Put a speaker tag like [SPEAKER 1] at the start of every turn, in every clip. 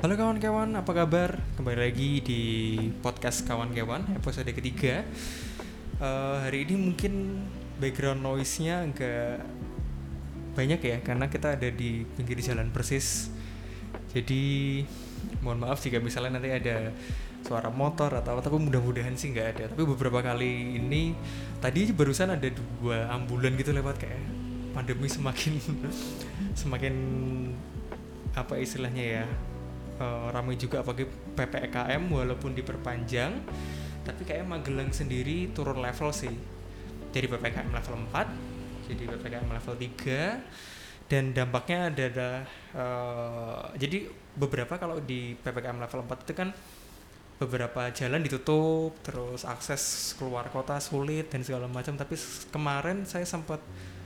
[SPEAKER 1] Halo kawan-kawan, apa kabar? Kembali lagi di podcast kawan-kawan episode ketiga. Hari ini mungkin background noise-nya agak banyak ya, karena kita ada di pinggir jalan persis. Jadi mohon maaf jika misalnya nanti ada suara motor atau apa, tapi mudah-mudahan sih nggak ada. Tapi beberapa kali ini, tadi barusan ada 2 ambulan gitu lewat, kayak pandemi semakin semakin apa istilahnya ya, ramai juga pakai PPKM walaupun diperpanjang, tapi kayak Magelang sendiri turun level sih, dari PPKM level 4 jadi PPKM level 3. Dan dampaknya adalah jadi beberapa, kalau di PPKM level 4 itu kan beberapa jalan ditutup, terus akses keluar kota sulit dan segala macam. Tapi kemarin saya sempat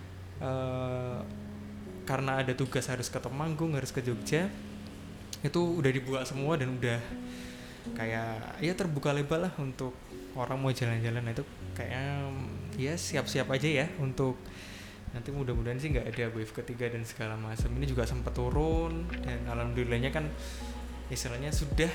[SPEAKER 1] karena ada tugas harus ke Temanggung, harus ke Jogja, itu udah dibuka semua dan udah kayak ya terbuka lebar lah untuk orang mau jalan-jalan. Nah, itu kayaknya ya siap-siap aja ya untuk nanti, mudah-mudahan sih nggak ada wave ketiga dan segala macam. Ini juga sempat turun dan alhamdulillahnya kan istilahnya sudah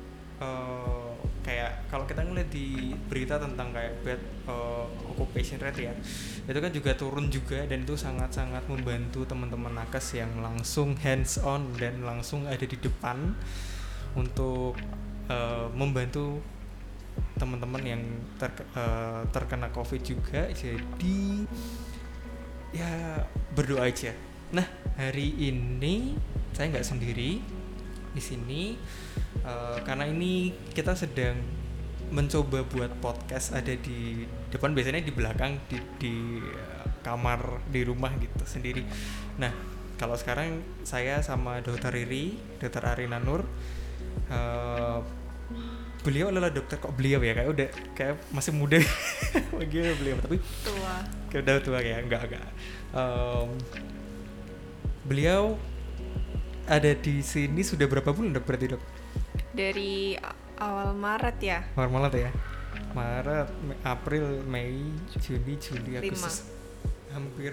[SPEAKER 1] kayak kalau kita ngeliat di berita tentang kayak bed occupation rate ya, itu kan juga turun juga, dan itu sangat-sangat membantu teman-teman nakes yang langsung hands on dan langsung ada di depan untuk membantu teman-teman yang terkena COVID juga. Jadi ya berdoa aja. Nah, hari ini saya nggak sendiri di sini, karena ini kita sedang mencoba buat podcast ada di depan, biasanya di belakang di kamar di rumah gitu sendiri. Nah, kalau sekarang saya sama Dr. Riri, Dr. Arina Nur. Beliau adalah dokter, kok beliau ya, kayak udah kayak masih muda beliau tapi
[SPEAKER 2] tua,
[SPEAKER 1] kayak udah tua kayak enggak. Beliau ada di sini sudah berapa bulan dok, berarti dok?
[SPEAKER 2] dari awal Maret ya.
[SPEAKER 1] Awal Maret ya. Maret, April, Mei, Juni, Juli, Agustus. Hampir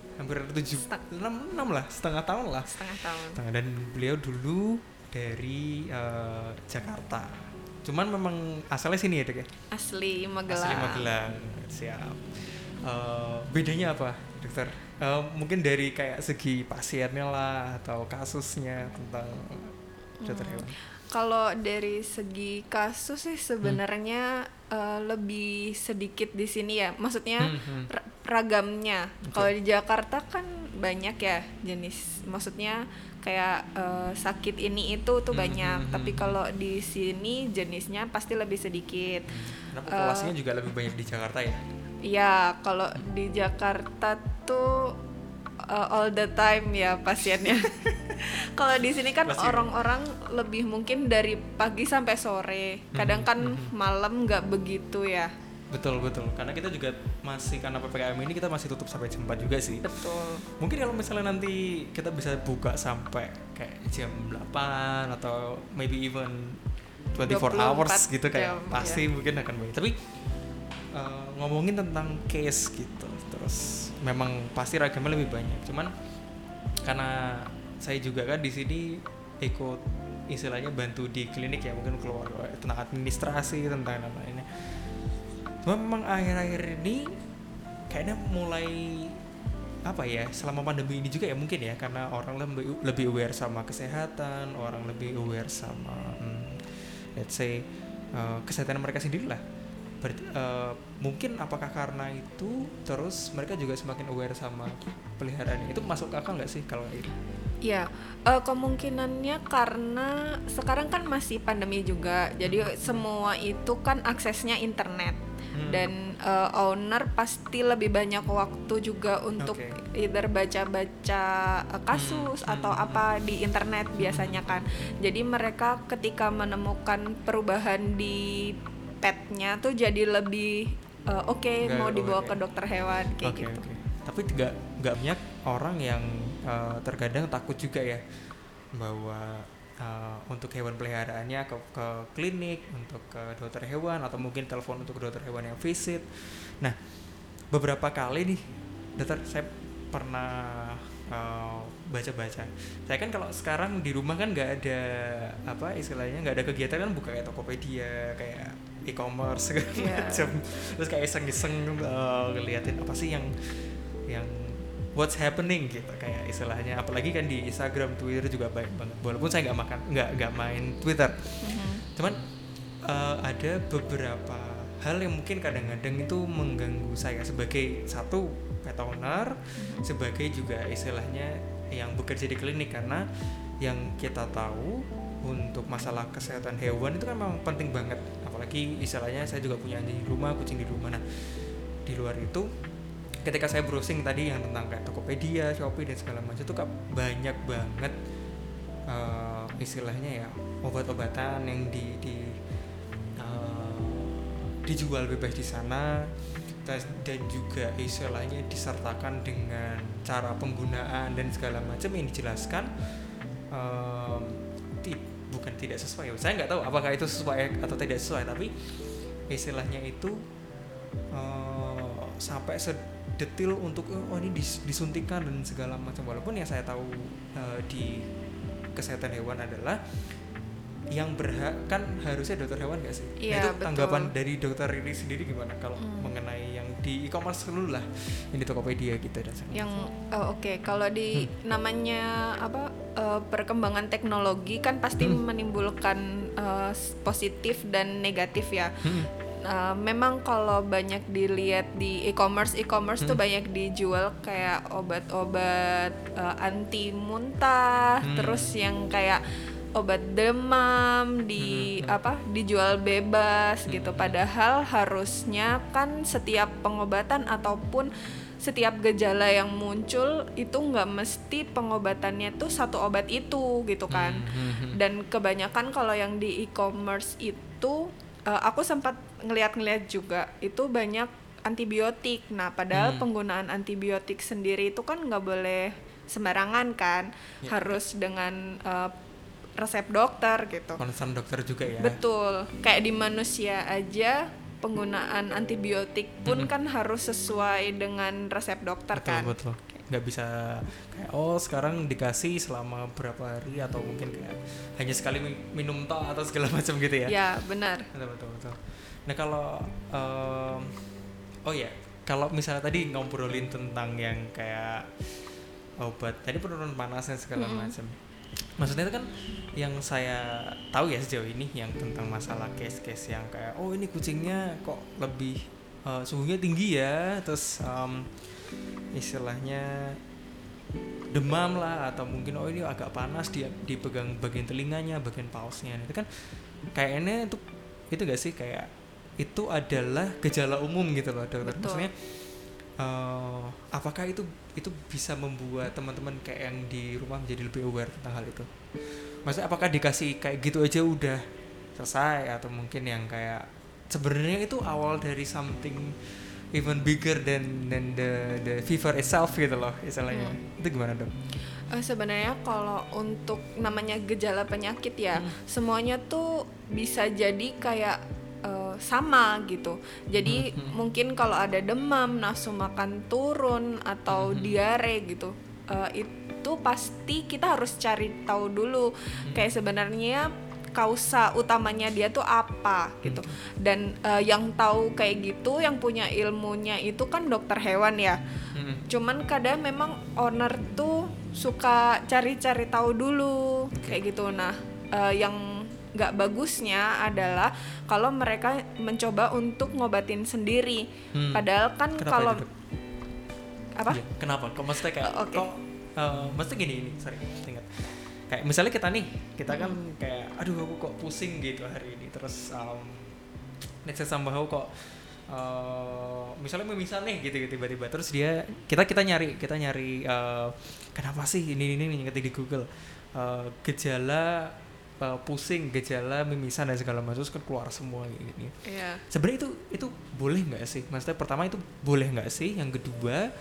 [SPEAKER 1] 6 lah, setengah tahun lah.
[SPEAKER 2] Setengah tahun.
[SPEAKER 1] Dan beliau dulu dari Jakarta. Cuman memang asalnya sini ya dok ya?
[SPEAKER 2] Asli Magelang.
[SPEAKER 1] Asli Magelang, siap. Bedanya apa dokter? Mungkin dari kayak segi pasiennya lah atau kasusnya tentang dokter hewan.
[SPEAKER 2] Kalau dari segi kasus sih sebenarnya lebih sedikit di sini ya. Maksudnya ragamnya. Okay. Kalau di Jakarta kan banyak ya jenis. Maksudnya kayak sakit ini itu tuh banyak. Tapi kalau di sini jenisnya pasti lebih sedikit.
[SPEAKER 1] Nah, populasinya juga lebih banyak di Jakarta ya?
[SPEAKER 2] Iya, kalau di Jakarta tuh all the time ya pasiennya. Kalau di sini kan orang-orang lebih mungkin dari pagi sampai sore. Kadang kan malam nggak begitu ya.
[SPEAKER 1] Betul. Karena kita juga masih, karena PPKM ini kita masih tutup sampai jam 4 juga sih.
[SPEAKER 2] Betul.
[SPEAKER 1] Mungkin kalau misalnya nanti kita bisa buka sampai kayak jam 8 atau maybe even 24 hours gitu, kayak
[SPEAKER 2] jam,
[SPEAKER 1] pasti
[SPEAKER 2] ya.
[SPEAKER 1] Mungkin akan banyak. Tapi ngomongin tentang case gitu, terus memang pasti ragamnya lebih banyak. Cuman karena saya juga kan di sini ikut istilahnya bantu di klinik ya, mungkin keluar tentang administrasi, tentang lain-lainnya. Cuma memang akhir-akhir ini kayaknya mulai apa ya, selama pandemi ini juga ya mungkin ya, karena orang lebih aware sama kesehatan, orang lebih aware sama let's say kesehatan mereka sendiri lah. Mungkin apakah karena itu terus mereka juga semakin aware sama peliharaannya? Itu masuk akal nggak sih kalau itu?
[SPEAKER 2] Ya, kemungkinannya karena sekarang kan masih pandemi juga, jadi semua itu kan aksesnya internet. Dan owner pasti lebih banyak waktu juga untuk either baca-baca kasus atau apa di internet biasanya kan. Jadi mereka ketika menemukan perubahan di petnya tuh jadi lebih mau dibawa ke dokter hewan kayak gitu.
[SPEAKER 1] Tapi nggak banyak orang yang terkadang takut juga ya bahwa untuk hewan peliharaannya ke klinik, untuk ke dokter hewan, atau mungkin telepon untuk dokter hewan yang visit. Nah, beberapa kali nih dokter, saya pernah baca-baca. Saya kan kalau sekarang di rumah kan nggak ada apa istilahnya, nggak ada kegiatan kan, buka kayak Tokopedia, kayak e-commerce segala macam. Terus kayak iseng-iseng ngeliatin apa sih yang what's happening gitu kayak istilahnya. Apalagi kan di Instagram, Twitter juga banyak banget. Walaupun saya nggak main Twitter. Cuman ada beberapa hal yang mungkin kadang-kadang itu mengganggu saya sebagai satu pet owner, sebagai juga istilahnya yang bekerja di klinik. Karena yang kita tahu untuk masalah kesehatan hewan itu kan memang penting banget, apalagi istilahnya saya juga punya anjing di rumah, kucing di rumah. Nah di luar itu ketika saya browsing tadi yang tentang kayak Tokopedia, Shopee dan segala macam itu banyak banget istilahnya ya obat-obatan yang dijual bebas di sana, dan juga istilahnya disertakan dengan cara penggunaan dan segala macam yang dijelaskan bukan tidak sesuai. Saya nggak tahu apakah itu sesuai atau tidak sesuai, tapi istilahnya itu sampai sedetil untuk ini disuntikan dan segala macam. Walaupun yang saya tahu di kesehatan hewan adalah yang berhak kan harusnya dokter hewan nggak sih?
[SPEAKER 2] Iya,
[SPEAKER 1] itu
[SPEAKER 2] betul.
[SPEAKER 1] tanggapan dari dokter Riri sendiri gimana kalau mengenai yang di e-commerce dulu lah, yang di Tokopedia gitu dan
[SPEAKER 2] yang oke. Kalau di namanya apa perkembangan teknologi kan pasti menimbulkan positif dan negatif ya. Memang kalau banyak dilihat di e-commerce tuh banyak dijual kayak obat-obat anti muntah, terus yang kayak obat demam dijual bebas gitu. Padahal harusnya kan setiap pengobatan ataupun setiap gejala yang muncul itu nggak mesti pengobatannya tuh satu obat itu gitu kan. Dan kebanyakan kalau yang di e-commerce itu aku sempat ngeliat juga itu banyak antibiotik. Nah padahal penggunaan antibiotik sendiri itu kan nggak boleh sembarangan kan, harus dengan resep dokter gitu.
[SPEAKER 1] Concern dokter juga ya.
[SPEAKER 2] Betul. Kayak di manusia aja penggunaan antibiotik pun kan harus sesuai dengan resep dokter.
[SPEAKER 1] Betul,
[SPEAKER 2] kan.
[SPEAKER 1] Betul. Nggak bisa kayak sekarang dikasih selama berapa hari atau mungkin kayak hanya sekali minum toh atau segala macam gitu ya.
[SPEAKER 2] Ya benar.
[SPEAKER 1] Betul. Nah kalau kalau misalnya tadi ngobrolin tentang yang kayak obat tadi penurun panas dan segala macam. Maksudnya itu kan yang saya tahu ya sejauh ini yang tentang masalah case-case yang kayak ini kucingnya kok lebih suhunya tinggi ya, terus istilahnya demam lah, atau mungkin ini agak panas, dia dipegang bagian telinganya, bagian pausnya. Itu kan kayaknya itu gak sih kayak itu adalah gejala umum gitu loh dokter.
[SPEAKER 2] Betul.
[SPEAKER 1] Maksudnya apakah itu bisa membuat teman-teman kayak yang di rumah menjadi lebih aware tentang hal itu? Maksudnya apakah dikasih kayak gitu aja udah selesai, atau mungkin yang kayak sebenarnya itu awal dari something even bigger than the fever itself gitu loh istilahnya. Itu gimana dok?
[SPEAKER 2] Sebenarnya kalau untuk namanya gejala penyakit ya semuanya tuh bisa jadi kayak sama gitu. Jadi mungkin kalau ada demam, nafsu makan turun atau diare gitu, itu pasti kita harus cari tahu dulu kayak sebenarnya kausa utamanya dia tuh apa gitu. Dan yang tahu kayak gitu, yang punya ilmunya itu kan dokter hewan ya. Cuman kadang memang owner tuh suka cari-cari tahu dulu kayak gitu. Nah yang nggak bagusnya adalah kalau mereka mencoba untuk ngobatin sendiri. Padahal kan kalau apa?
[SPEAKER 1] Iya, kenapa? Kok maksudnya kayak maksudnya gini, sorry, ingat. Kayak misalnya kita kan kayak aduh aku kok pusing gitu hari ini, terus next somehow kok misalnya memisah nih gitu tiba-tiba, terus kita nyari kenapa sih ini ngetik di Google gejala pusing, gejala mimisan dan segala macam, kan keluar semua gitu.
[SPEAKER 2] Yeah.
[SPEAKER 1] Sebenarnya itu boleh nggak sih? Maksudnya pertama itu boleh nggak sih? Yang kedua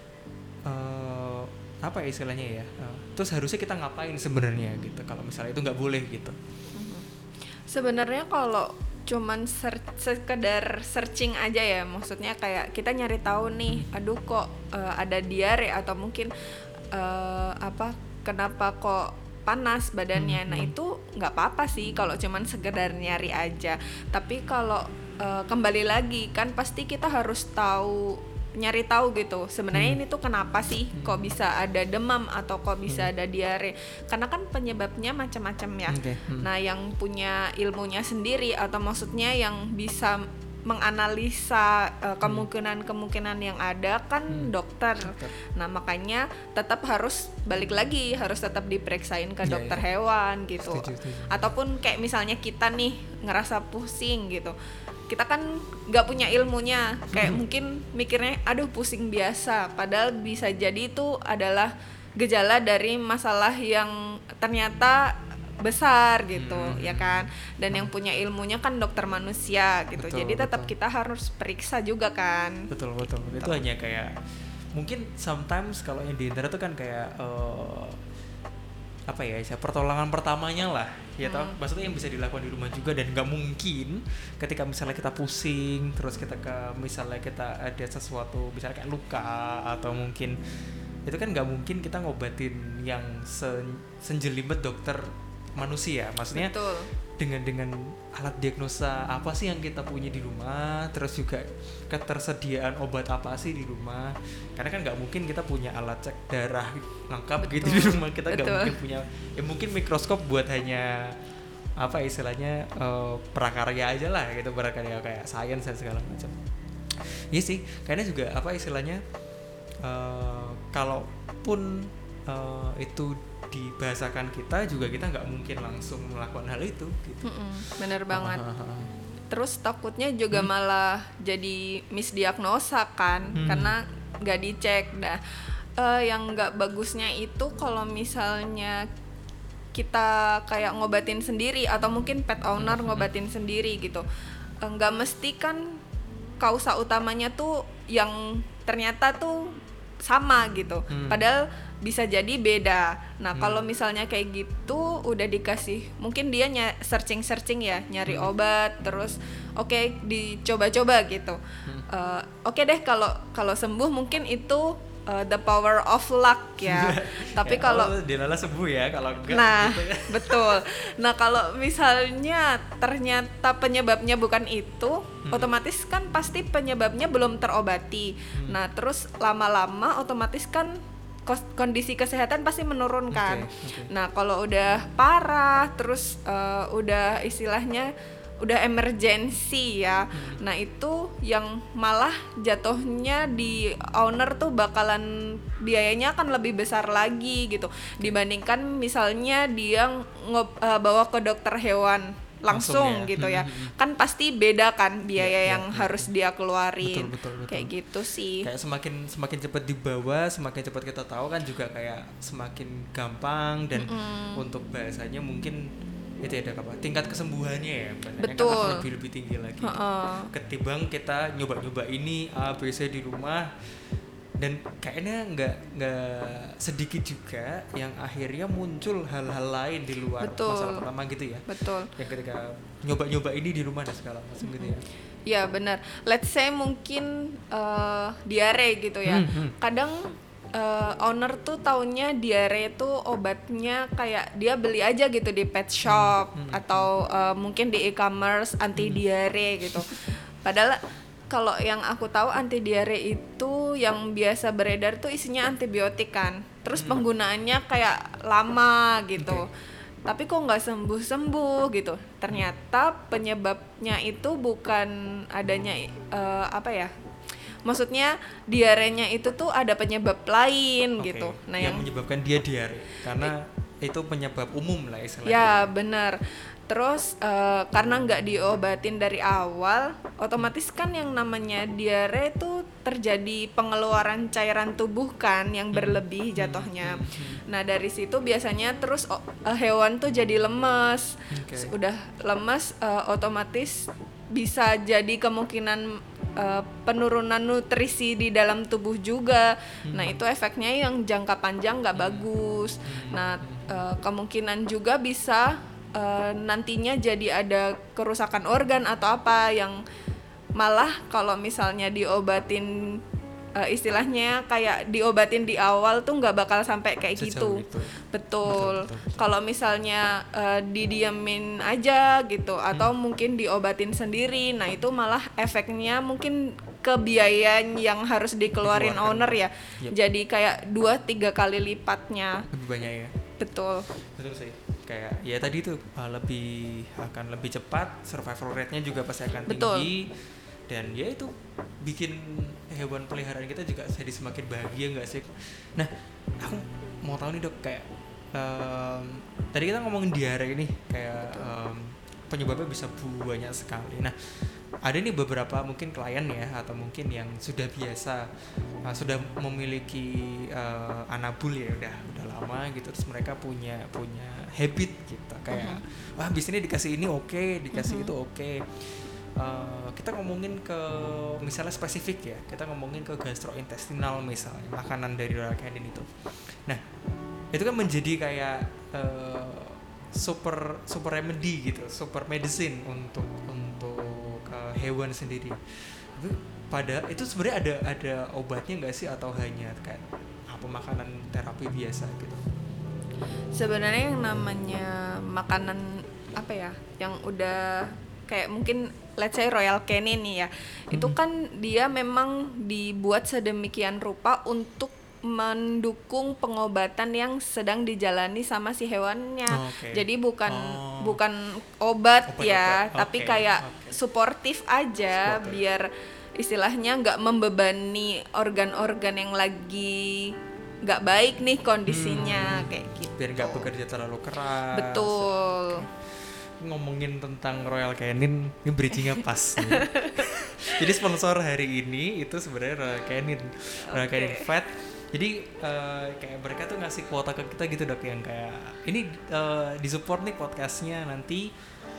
[SPEAKER 1] apa ya istilahnya ya? Terus harusnya kita ngapain sebenarnya gitu? Kalau misalnya itu nggak boleh gitu.
[SPEAKER 2] Sebenarnya kalau cuman sekedar searching aja ya, maksudnya kayak kita nyari tahu nih, aduh kok ada diare atau mungkin kenapa kok panas badannya. Nah itu nggak apa-apa sih kalau cuman sekedar nyari aja. Tapi kalau kembali lagi kan pasti kita harus nyari tahu gitu sebenarnya ini tuh kenapa sih kok bisa ada demam atau kok bisa ada diare, karena kan penyebabnya macam-macam ya. Nah yang punya ilmunya sendiri atau maksudnya yang bisa menganalisa kemungkinan yang ada kan dokter. Nah makanya tetap harus balik lagi, harus tetap diperiksain ke dokter hewan gitu.
[SPEAKER 1] Setuju.
[SPEAKER 2] Ataupun kayak misalnya kita nih ngerasa pusing gitu, kita kan nggak punya ilmunya, kayak mungkin mikirnya aduh pusing biasa, padahal bisa jadi itu adalah gejala dari masalah yang ternyata besar gitu ya kan. Dan yang punya ilmunya kan dokter manusia gitu. Jadi tetap kita harus periksa juga kan.
[SPEAKER 1] Betul. Itu hanya kayak mungkin sometimes kalau yang di internet itu kan kayak pertolongan pertamanya lah ya toh, maksudnya yang bisa dilakukan di rumah juga. Dan nggak mungkin ketika misalnya kita pusing terus kita ada sesuatu misalnya kayak luka atau mungkin itu kan nggak mungkin kita ngobatin yang senjelimet dokter manusia. Maksudnya
[SPEAKER 2] Betul.
[SPEAKER 1] dengan alat diagnosa apa sih yang kita punya di rumah, terus juga ketersediaan obat apa sih di rumah. Karena kan nggak mungkin kita punya alat cek darah lengkap gitu di rumah. Kita nggak mungkin punya, ya mungkin mikroskop buat hanya apa istilahnya prakarya aja lah gitu, prakarya kayak sains dan segala macam. Iya sih, kayaknya juga apa istilahnya kalaupun itu dibahasakan kita juga, kita nggak mungkin langsung melakukan hal itu gitu.
[SPEAKER 2] Bener banget. Terus takutnya juga malah jadi misdiagnosa kan, karena nggak dicek. Nah yang nggak bagusnya itu kalau misalnya kita kayak ngobatin sendiri atau mungkin pet owner ngobatin sendiri gitu, nggak mesti kan kausa utamanya tuh yang ternyata tuh sama gitu, padahal bisa jadi beda. Nah kalau misalnya kayak gitu udah dikasih, mungkin dia searching ya, nyari obat, terus oke, dicoba-coba gitu. Oke deh kalau sembuh mungkin itu the power of luck ya. Tapi kalau
[SPEAKER 1] dilala sembuh ya, kalau enggak
[SPEAKER 2] nah
[SPEAKER 1] gitu ya.
[SPEAKER 2] betul. Nah kalau misalnya ternyata penyebabnya bukan itu, otomatis kan pasti penyebabnya belum terobati. Nah terus lama-lama otomatis kan kondisi kesehatan pasti menurun kan. Nah kalau udah parah, terus udah istilahnya udah emergency ya. Nah itu yang malah jatuhnya di owner tuh bakalan biayanya akan lebih besar lagi gitu dibandingkan misalnya dia bawa ke dokter hewan langsung gitu ya. Kan pasti beda kan biaya yang harus dia keluarin.
[SPEAKER 1] Betul.
[SPEAKER 2] Kayak gitu sih.
[SPEAKER 1] Kayak semakin cepat dibawa, semakin cepat kita tahu kan juga kayak semakin gampang. Dan untuk bahasanya mungkin itu ada apa tingkat kesembuhannya ya,
[SPEAKER 2] Betul.
[SPEAKER 1] kan akan lebih tinggi lagi ketimbang kita nyoba ini A B C di rumah. Dan kayaknya nggak sedikit juga yang akhirnya muncul hal-hal lain di luar masalah pertama gitu ya.
[SPEAKER 2] Betul.
[SPEAKER 1] Yang ketika nyoba ini di rumah dan segala macam gitu ya.
[SPEAKER 2] Ya benar. Let's say mungkin diare gitu ya. Kadang owner tuh taunya diare tuh obatnya kayak dia beli aja gitu di pet shop atau mungkin di e-commerce anti diare gitu. Padahal kalau yang aku tahu anti diare itu yang biasa beredar tuh isinya antibiotik kan. Terus penggunaannya kayak lama gitu. Tapi kok nggak sembuh gitu. Ternyata penyebabnya itu bukan adanya maksudnya diarenya itu tuh ada penyebab lain gitu. Nah
[SPEAKER 1] yang menyebabkan dia diare karena itu penyebab umum lah istilahnya.
[SPEAKER 2] Ya benar. Terus karena nggak diobatin dari awal, otomatis kan yang namanya diare itu terjadi pengeluaran cairan tubuh kan yang berlebih jatuhnya. Nah dari situ biasanya terus hewan tuh jadi lemes. Udah lemes otomatis bisa jadi kemungkinan penurunan nutrisi di dalam tubuh juga. Nah itu efeknya yang jangka panjang nggak bagus. Nah kemungkinan juga bisa nantinya jadi ada kerusakan organ atau apa yang malah kalau misalnya diobatin istilahnya kayak diobatin di awal tuh nggak bakal sampai kayak
[SPEAKER 1] Sejauh
[SPEAKER 2] gitu.
[SPEAKER 1] itu.
[SPEAKER 2] Betul.
[SPEAKER 1] Betul.
[SPEAKER 2] Kalau misalnya didiemin aja gitu atau mungkin diobatin sendiri, nah itu malah efeknya mungkin ke biaya yang harus dikeluarin
[SPEAKER 1] Dikeluarkan.
[SPEAKER 2] owner ya.
[SPEAKER 1] Yep.
[SPEAKER 2] Jadi kayak 2-3 kali lipatnya.
[SPEAKER 1] Lebih banyak ya.
[SPEAKER 2] Betul.
[SPEAKER 1] Betul sih. Kayak ya tadi tuh akan lebih cepat, survival rate-nya juga pasti akan
[SPEAKER 2] Betul.
[SPEAKER 1] tinggi. Dan ya itu bikin hewan peliharaan kita juga jadi semakin bahagia nggak sih? Nah, aku mau tahu nih dok, kayak tadi kita ngomongin diare ini, kayak penyebabnya bisa banyak sekali. Nah, ada nih beberapa mungkin klien ya, atau mungkin yang sudah biasa, sudah memiliki anabul ya, udah lama gitu, terus mereka punya habit gitu, kayak wah abis ini dikasih ini oke, dikasih itu oke. Kita ngomongin ke misalnya spesifik ya, kita ngomongin ke gastrointestinal misalnya, makanan dari royal canin itu. Nah, itu kan menjadi kayak super remedy gitu, super medicine untuk hewan sendiri. Tapi itu sebenarnya ada obatnya nggak sih, atau hanya kayak apa makanan terapi biasa gitu?
[SPEAKER 2] Sebenarnya yang namanya makanan apa ya, yang udah kayak mungkin let's say royal canin nih ya, itu kan dia memang dibuat sedemikian rupa untuk mendukung pengobatan yang sedang dijalani sama si hewannya. Jadi bukan obat ya, tapi kayak suportif aja, biar istilahnya nggak membebani organ-organ yang lagi nggak baik nih kondisinya, kayak gitu.
[SPEAKER 1] Biar nggak bekerja terlalu keras.
[SPEAKER 2] Betul.
[SPEAKER 1] Ngomongin tentang royal canin, ini bridgingnya pas nih. Jadi sponsor hari ini itu sebenarnya royal canin, royal canin fat. Jadi kayak mereka tuh ngasih kuota ke kita gitu dok, yang kayak ini disupport nih podcastnya, nanti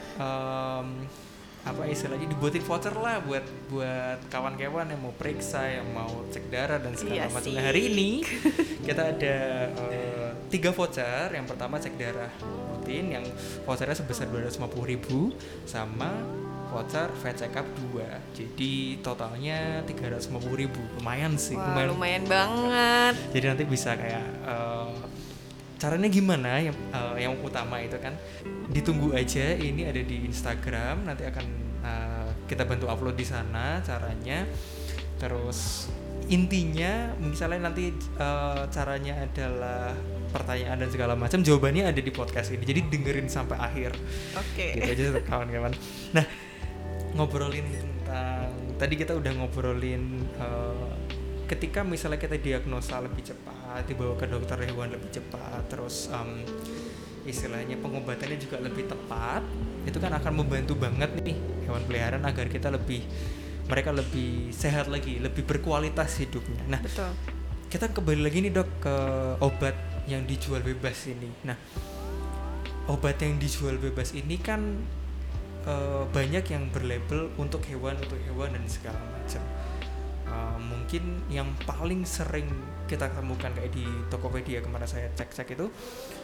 [SPEAKER 1] apa istilahnya dibuatin voucher lah buat kawan-kawan yang mau periksa, yang mau cek darah dan segala macam. Nah, hari ini kita ada 3 voucher. Yang pertama cek darah rutin yang vouchernya sebesar 250.000, sama voucher vet check up 2. Jadi totalnya 350.000. Lumayan sih.
[SPEAKER 2] Wah, lumayan banget.
[SPEAKER 1] Jadi nanti bisa kayak caranya gimana, yang utama itu kan ditunggu aja, ini ada di Instagram, nanti akan kita bantu upload di sana caranya. Terus intinya misalnya nanti caranya adalah pertanyaan dan segala macam, jawabannya ada di podcast ini, jadi dengerin sampai akhir. Gitu aja kawan-kawan. Nah, ngobrolin tentang tadi kita udah ngobrolin ketika misalnya kita diagnosa lebih cepat, dibawa ke dokter hewan lebih cepat, terus istilahnya pengobatannya juga lebih tepat, itu kan akan membantu banget nih hewan peliharaan agar mereka lebih sehat lagi, lebih berkualitas hidupnya. Nah, betul. Kita kembali lagi nih dok ke obat yang dijual bebas ini. Nah, obat yang dijual bebas ini kan banyak yang berlabel untuk hewan dan segala macam. Mungkin yang paling sering kita temukan kayak di Tokopedia kemarin saya cek itu,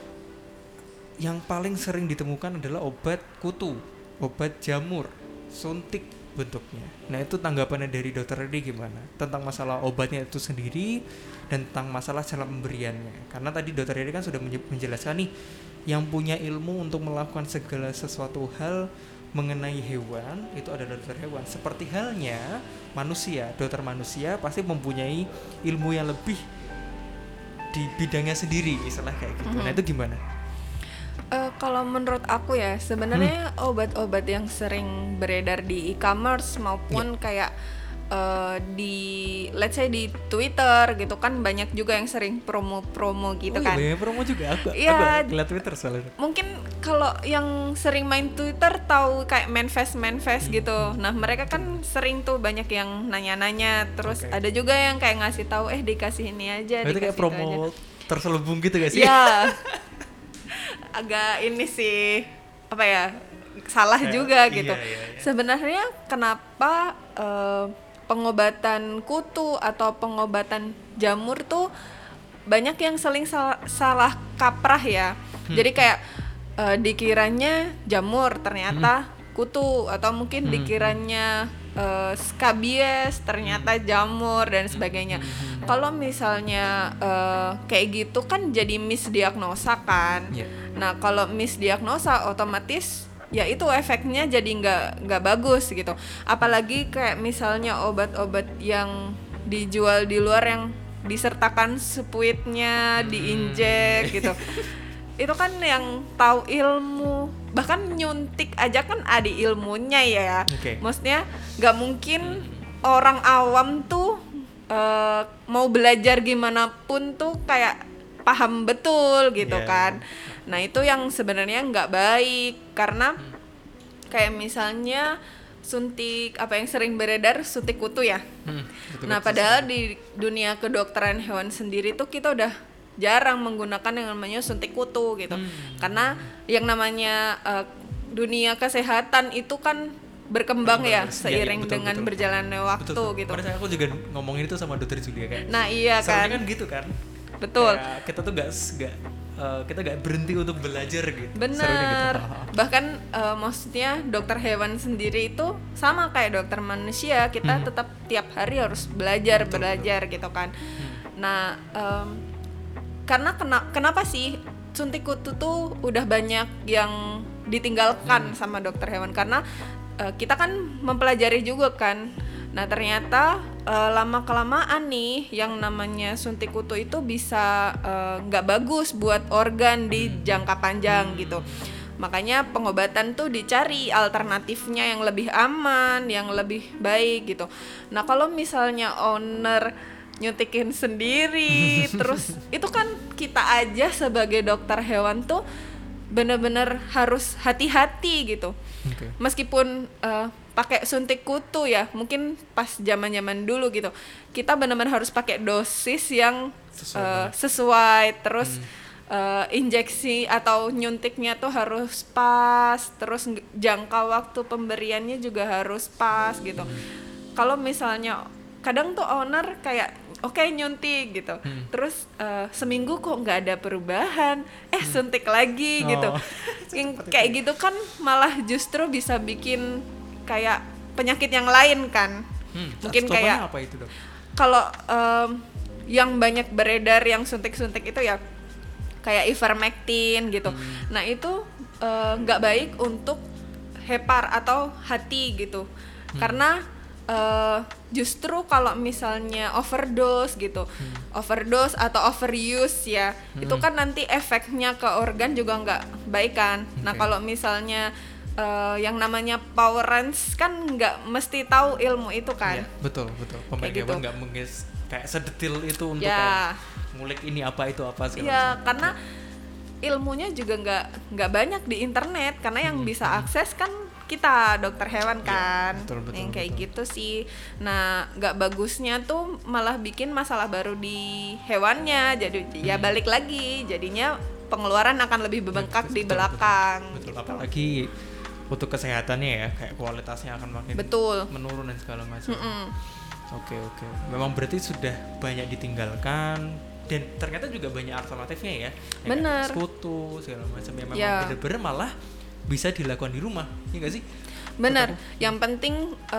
[SPEAKER 1] yang paling sering ditemukan adalah obat kutu, obat jamur, suntik bentuknya. Nah, itu tanggapannya dari dokter Redi gimana tentang masalah obatnya itu sendiri dan tentang masalah cara pemberiannya? Karena tadi dokter Redi kan sudah menjelaskan nih, yang punya ilmu untuk melakukan segala sesuatu hal mengenai hewan itu adalah dokter hewan. Seperti halnya manusia, dokter manusia pasti mempunyai ilmu yang lebih di bidangnya sendiri, istilah kayak gitu. Nah, itu gimana?
[SPEAKER 2] Kalau menurut aku ya, sebenarnya obat-obat yang sering beredar di e-commerce maupun kayak di let's say di Twitter gitu kan, banyak juga yang sering promo-promo gitu kan.
[SPEAKER 1] Banyak promo juga, aku lihat Twitter soalnya.
[SPEAKER 2] Mungkin kalau yang sering main Twitter tahu kayak manifest gitu. Nah, mereka kan sering tuh banyak yang nanya-nanya, terus ada juga yang kayak ngasih tahu dikasih ini aja,
[SPEAKER 1] itu kayak promo terselubung gitu gak sih?
[SPEAKER 2] Iya. Agak ini sih apa ya, salah juga gitu. Iya. Sebenarnya kenapa pengobatan kutu atau pengobatan jamur tuh banyak yang salah kaprah ya. Jadi kayak dikiranya jamur ternyata kutu, atau mungkin dikiranya skabies, ternyata jamur dan sebagainya. Kalau misalnya kayak gitu kan jadi misdiagnosa kan.
[SPEAKER 1] Yeah.
[SPEAKER 2] Nah kalau misdiagnosa otomatis ya itu efeknya jadi nggak bagus gitu. Apalagi kayak misalnya obat-obat yang dijual di luar yang disertakan sepuitnya, diinjek gitu. Itu kan yang tahu ilmu, bahkan nyuntik aja kan ada ilmunya ya.
[SPEAKER 1] Okay.
[SPEAKER 2] Maksudnya nggak mungkin orang awam tuh mau belajar gimana pun tuh kayak paham betul gitu kan. Nah itu yang sebenarnya nggak baik, karena kayak misalnya suntik, apa yang sering beredar, suntik kutu ya. Nah padahal di dunia kedokteran hewan sendiri tuh kita udah jarang menggunakan yang namanya suntik kutu gitu. Karena yang namanya dunia kesehatan itu kan berkembang ya seiring dengan berjalannya waktu gitu.
[SPEAKER 1] Pada saat aku juga ngomongin itu sama dokter Julia kan.
[SPEAKER 2] Nah iya kan.
[SPEAKER 1] Soalnya kan gitu kan.
[SPEAKER 2] Betul.
[SPEAKER 1] Kayak kita tuh kita nggak berhenti untuk belajar gitu.
[SPEAKER 2] Bener.
[SPEAKER 1] Gitu.
[SPEAKER 2] Bahkan maksudnya dokter hewan sendiri itu sama kayak dokter manusia, kita tetap tiap hari harus belajar gitu kan. Nah karena kenapa sih suntik kutu tuh udah banyak yang ditinggalkan sama dokter hewan, karena kita kan mempelajari juga kan. Nah ternyata lama kelamaan nih yang namanya suntik kutu itu bisa nggak bagus buat organ di jangka panjang gitu. Makanya pengobatan tuh dicari alternatifnya yang lebih aman, yang lebih baik gitu. Nah kalau misalnya owner nyuntikin sendiri terus itu kan kita aja sebagai dokter hewan tuh bener-bener harus hati-hati gitu. Meskipun pakai suntik kutu ya, mungkin pas zaman-zaman dulu gitu kita benar-benar harus pakai dosis yang sesuai, terus injeksi atau nyuntiknya tuh harus pas, terus jangka waktu pemberiannya juga harus pas gitu. Kalau misalnya kadang tuh owner kayak oke, nyuntik gitu, terus seminggu kok nggak ada perubahan, suntik lagi gitu. Yang kayak gitu kan malah justru bisa bikin kayak penyakit yang lain kan. Mungkin kayak
[SPEAKER 1] apa itu, Dok?
[SPEAKER 2] Kalau yang banyak beredar yang suntik-suntik itu ya kayak ivermectin gitu. Nah itu nggak baik untuk hepar atau hati gitu. Karena justru kalau misalnya overdose gitu, overdose atau overuse ya, itu kan nanti efeknya ke organ juga nggak baik kan. Nah kalau misalnya yang namanya power range kan nggak mesti tahu ilmu itu kan.
[SPEAKER 1] Betul. Pemain hewan nggak mungkin kayak sedetil itu untuk kayak ngulik ini apa itu apa segala macam. Karena
[SPEAKER 2] ilmunya juga nggak banyak di internet, karena yang bisa akses kan kita dokter hewan kan.
[SPEAKER 1] Betul,
[SPEAKER 2] yang kayak gitu sih. Nah nggak bagusnya tuh malah bikin masalah baru di hewannya, jadi ya balik lagi jadinya pengeluaran akan lebih membengkak di belakang.
[SPEAKER 1] Betul. Apalagi untuk kesehatannya ya, kayak kualitasnya akan makin menurun dan segala macam. Oke. Memang berarti sudah banyak ditinggalkan dan ternyata juga banyak alternatifnya ya.
[SPEAKER 2] Benar.
[SPEAKER 1] Sekutu segala macam yang memang bener-bener malah bisa dilakukan di rumah, ya nggak sih?
[SPEAKER 2] Benar. Yang penting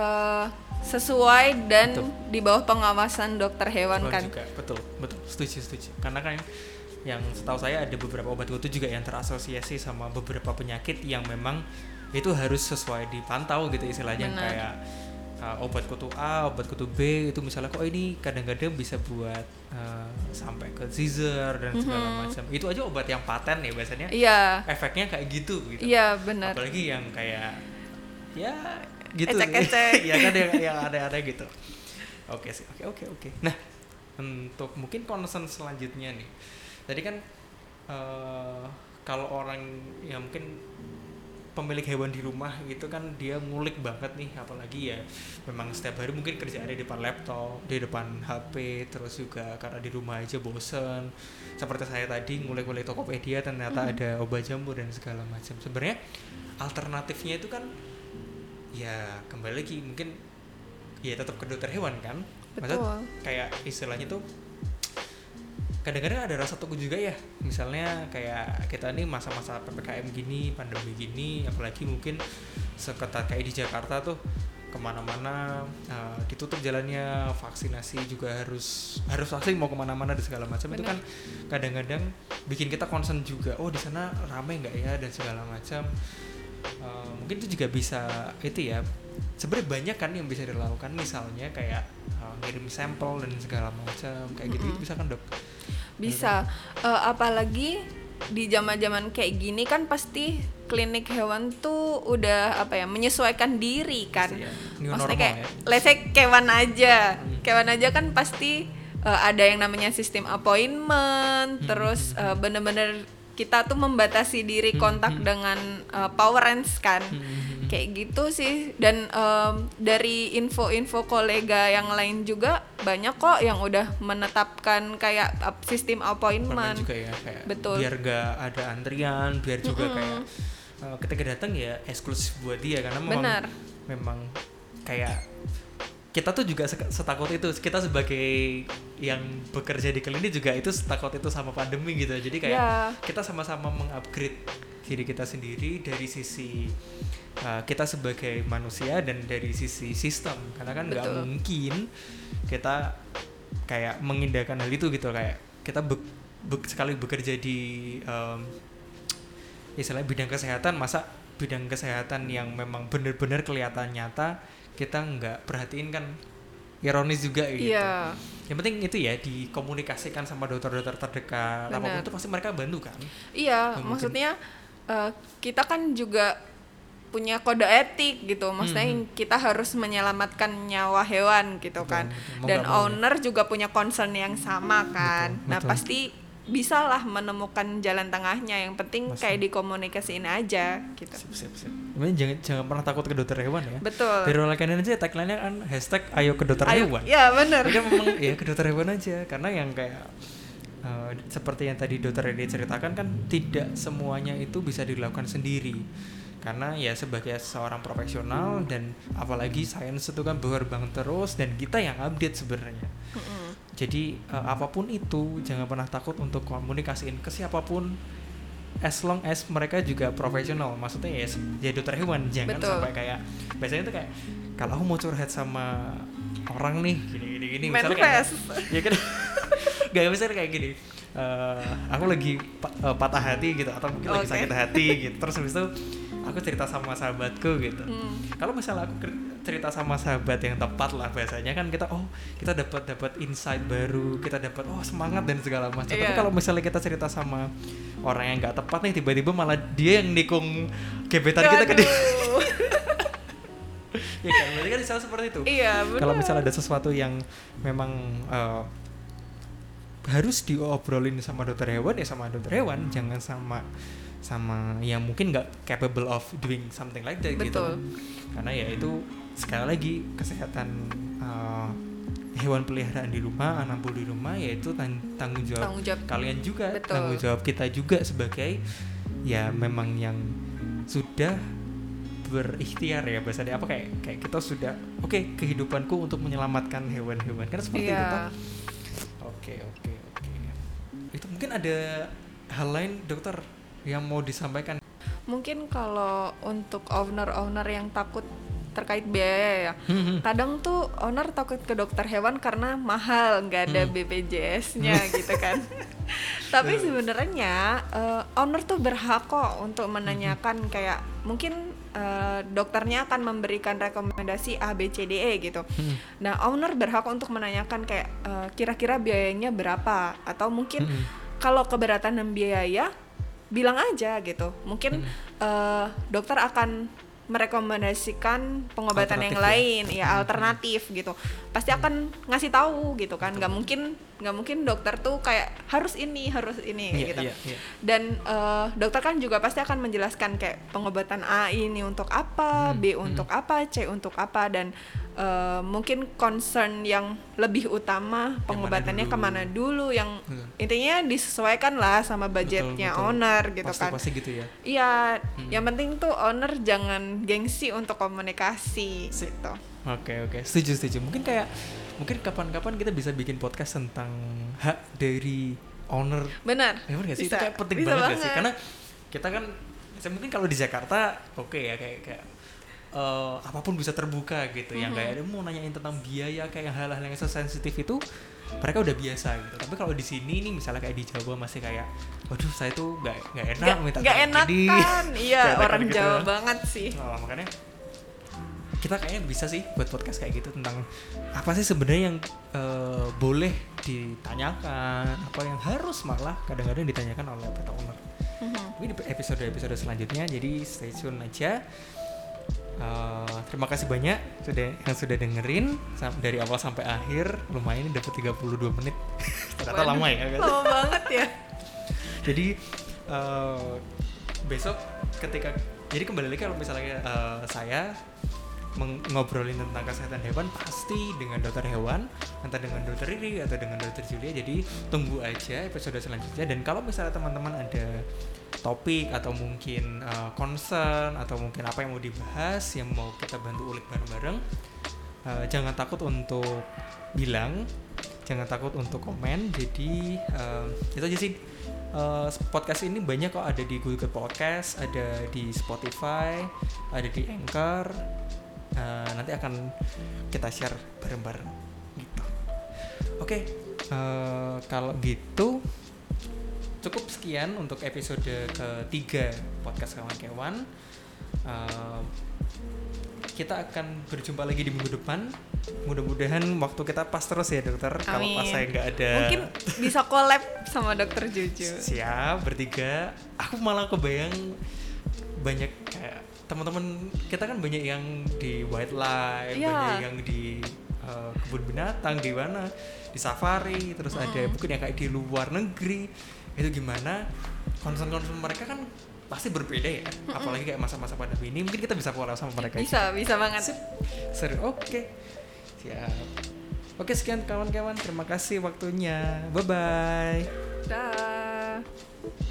[SPEAKER 2] sesuai dan di bawah pengawasan dokter hewan kan.
[SPEAKER 1] Juga. Betul. Setuju. Karena kan yang setahu saya ada beberapa obat kutu juga yang terasosiasi sama beberapa penyakit yang memang itu harus sesuai dipantau gitu istilahnya. Kayak obat kutu A, obat kutu B itu misalnya kok ini kadang-kadang bisa buat sampai ke seizure dan segala macam. Itu aja obat yang paten ya biasanya.
[SPEAKER 2] Iya.
[SPEAKER 1] Efeknya kayak gitu.
[SPEAKER 2] Iya benar.
[SPEAKER 1] Apalagi yang kayak ya gitu.
[SPEAKER 2] Ecek-ecek.
[SPEAKER 1] Ya kan yang ada gitu. Oke. Nah untuk mungkin concern selanjutnya nih. Tadi kan kalau orang yang mungkin pemilik hewan di rumah gitu kan dia ngulik banget nih, apalagi ya memang setiap hari mungkin kerjaannya di depan laptop, di depan HP, terus juga karena di rumah aja bosen. Seperti saya tadi ngulik-ngulik Tokopedia ternyata ada obat jamur dan segala macam. Sebenarnya alternatifnya itu kan ya kembali lagi mungkin ya tetap ke dokter hewan kan. Maksudnya kayak istilahnya tuh kadang-kadang ada rasa takut juga ya, misalnya kayak kita nih masa-masa PPKM gini, pandemi gini, apalagi mungkin seketat kayak di Jakarta tuh kemana-mana, ditutup jalannya, vaksinasi juga harus vaksin mau kemana-mana dan segala macam. Itu kan kadang-kadang bikin kita concern juga, oh di sana ramai nggak ya dan segala macam. Mungkin itu juga bisa itu ya, sebenarnya banyak kan yang bisa dilakukan, misalnya kayak ngirim sampel dan segala macam kayak gitu. Itu bisa kan dok?
[SPEAKER 2] Bisa, apalagi di zaman-zaman kayak gini kan pasti klinik hewan tuh udah menyesuaikan diri kan.
[SPEAKER 1] Ya,
[SPEAKER 2] maksudnya kayak let's say kewan aja kan pasti ada yang namanya sistem appointment, terus bener-bener kita tuh membatasi diri kontak dengan power range kan. Kayak gitu sih. Dan dari info-info kolega yang lain juga banyak kok yang udah menetapkan kayak sistem appointment
[SPEAKER 1] juga ya, kayak
[SPEAKER 2] betul,
[SPEAKER 1] biar gak ada antrian, biar juga kayak ketika datang ya eksklusif buat dia, karena memang kayak kita tuh juga setakut itu, kita sebagai yang bekerja di klinik juga itu setakut itu sama pandemi gitu. Jadi kayak kita sama-sama mengupgrade diri kita sendiri dari sisi kita sebagai manusia dan dari sisi sistem, karena kan nggak mungkin kita kayak mengindahkan hal itu gitu. Kayak kita sekali bekerja di istilahnya bidang kesehatan, masa bidang kesehatan yang memang benar-benar kelihatan nyata kita nggak perhatiin kan, ironis juga gitu. Yang penting itu ya dikomunikasikan sama dokter-dokter terdekat, apapun itu pasti mereka bantu kan.
[SPEAKER 2] Maksudnya kita kan juga punya kode etik gitu, maksudnya kita harus menyelamatkan nyawa hewan gitu kan. Dan owner juga punya concern yang sama kan. Nah pasti bisa lah menemukan jalan tengahnya, yang penting kayak dikomunikasiin aja gitu.
[SPEAKER 1] Siap. Jangan pernah takut ke dokter hewan ya.
[SPEAKER 2] Betul.
[SPEAKER 1] Dari Rolekanen aja tagline-nya kan #ayo ke dokter hewan.
[SPEAKER 2] Iya benar.
[SPEAKER 1] Jadi memang ya ke dokter hewan aja, karena yang kayak seperti yang tadi dokter Edi ceritakan kan tidak semuanya itu bisa dilakukan sendiri. Karena ya sebagai seorang profesional dan apalagi sains itu kan berkembang terus dan kita yang update sebenarnya. Jadi apapun itu jangan pernah takut untuk komunikasiin ke siapapun, as long as mereka juga profesional. Maksudnya ya jadi dokter hewan, jangan sampai kayak biasanya itu kayak kalau aku mau curhat sama orang nih gini misalnya kayak ya kan gak bisa kayak gini, aku lagi patah hati gitu, atau mungkin lagi sakit hati gitu, terus habis itu aku cerita sama sahabatku gitu. Kalau misalnya aku cerita sama sahabat yang tepat lah bahasanya kan, kita dapat insight baru, kita dapat semangat dan segala macam. Tapi kalau misalnya kita cerita sama orang yang nggak tepat nih, tiba-tiba malah dia yang nikung gebetan kita ke dia. Ya kan, berarti kan misalnya seperti itu. Kalau misalnya ada sesuatu yang memang harus diobrolin sama dokter hewan ya sama dokter hewan, jangan sama yang mungkin nggak capable of doing something like that. Gitu. Karena ya itu sekali lagi kesehatan hewan peliharaan di rumah, anak di rumah, yaitu tanggung jawab kalian juga. Tanggung jawab kita juga sebagai ya memang yang sudah berikhtiar ya bahasanya kayak kita sudah kehidupanku untuk menyelamatkan hewan-hewan kan seperti itu kan. Oke. Itu mungkin ada hal lain dokter yang mau disampaikan?
[SPEAKER 2] Mungkin kalau untuk owner yang takut terkait biaya ya, kadang tuh owner takut ke dokter hewan karena mahal, nggak ada BPJS-nya gitu kan. Tapi sebenarnya owner tuh berhak kok untuk menanyakan, kayak mungkin dokternya akan memberikan rekomendasi A, B, C, D, E gitu. Nah owner berhak untuk menanyakan kayak kira-kira biayanya berapa, atau mungkin kalau keberatan biaya bilang aja gitu. Mungkin dokter akan merekomendasikan pengobatan yang lain ya alternatif gitu, pasti akan ngasih tahu gitu kan. Nggak mungkin dokter tuh kayak harus ini gitu. Dan dokter kan juga pasti akan menjelaskan kayak pengobatan A ini untuk apa, B untuk apa, C untuk apa, dan mungkin concern yang lebih utama pengobatannya kemana dulu, yang intinya disesuaikan lah sama budgetnya owner gitu.
[SPEAKER 1] Pasti gitu ya.
[SPEAKER 2] Iya, yang penting tuh owner jangan gengsi untuk komunikasi gitu.
[SPEAKER 1] Oke, setuju. Mungkin kapan-kapan kita bisa bikin podcast tentang hak dari owner.
[SPEAKER 2] Benar.
[SPEAKER 1] Gak sih? Itu kayak penting banget gak sih? Karena kita kan mungkin kalau di Jakarta ya kayak apapun bisa terbuka gitu. Yang kayak mau nanyain tentang biaya, kayak hal-hal yang sensitif itu mereka udah biasa gitu. Tapi kalau di sini nih misalnya kayak di Jawa masih kayak, waduh saya tuh nggak enak minta
[SPEAKER 2] nggak enak
[SPEAKER 1] ini.
[SPEAKER 2] kan, iya
[SPEAKER 1] Kayak
[SPEAKER 2] orang
[SPEAKER 1] gitu.
[SPEAKER 2] Jawa banget sih.
[SPEAKER 1] Makanya kita kayaknya bisa sih buat podcast kayak gitu tentang apa sih sebenarnya yang boleh ditanyakan, apa yang harus malah kadang-kadang ditanyakan oleh pet owner. Ini di episode selanjutnya, jadi stay tune aja. Terima kasih banyak yang sudah dengerin dari awal sampai akhir. Lumayan dapat 32 menit. Ternyata lama ya kan?
[SPEAKER 2] Lama banget ya.
[SPEAKER 1] Jadi besok jadi kembali lagi kalau misalnya saya ngobrolin tentang kesehatan hewan pasti dengan dokter hewan, entah dengan dokter Riri atau dengan dokter Julia. Jadi tunggu aja episode selanjutnya. Dan kalau misalnya teman-teman ada topik atau mungkin concern atau mungkin apa yang mau dibahas yang mau kita bantu ulik bareng-bareng, jangan takut untuk bilang, jangan takut untuk komen. Jadi itu aja sih. Podcast ini banyak kok, ada di Google Podcast, ada di Spotify, ada di Anchor. Nanti akan kita share bareng-bareng gitu. Oke, kalau gitu cukup sekian untuk episode ketiga podcast Kawan Kewan. Kita akan berjumpa lagi di minggu depan. Mudah-mudahan waktu kita pas terus ya dokter. Kalau pas saya nggak ada,
[SPEAKER 2] mungkin bisa collab sama dokter Juju.
[SPEAKER 1] Siap, bertiga. Aku malah kebayang banyak kayak teman-teman kita kan banyak yang di wildlife, banyak yang di kebun binatang, di mana di safari, terus ada mungkin yang kayak di luar negeri. Itu gimana concern mereka kan pasti berbeda ya, apalagi kayak masa-masa pandemi ini. Mungkin kita bisa collab sama mereka.
[SPEAKER 2] Bisa banget.
[SPEAKER 1] Seru. Oke. Siap. Oke, sekian kawan-kawan, terima kasih waktunya. Bye bye.
[SPEAKER 2] Dah.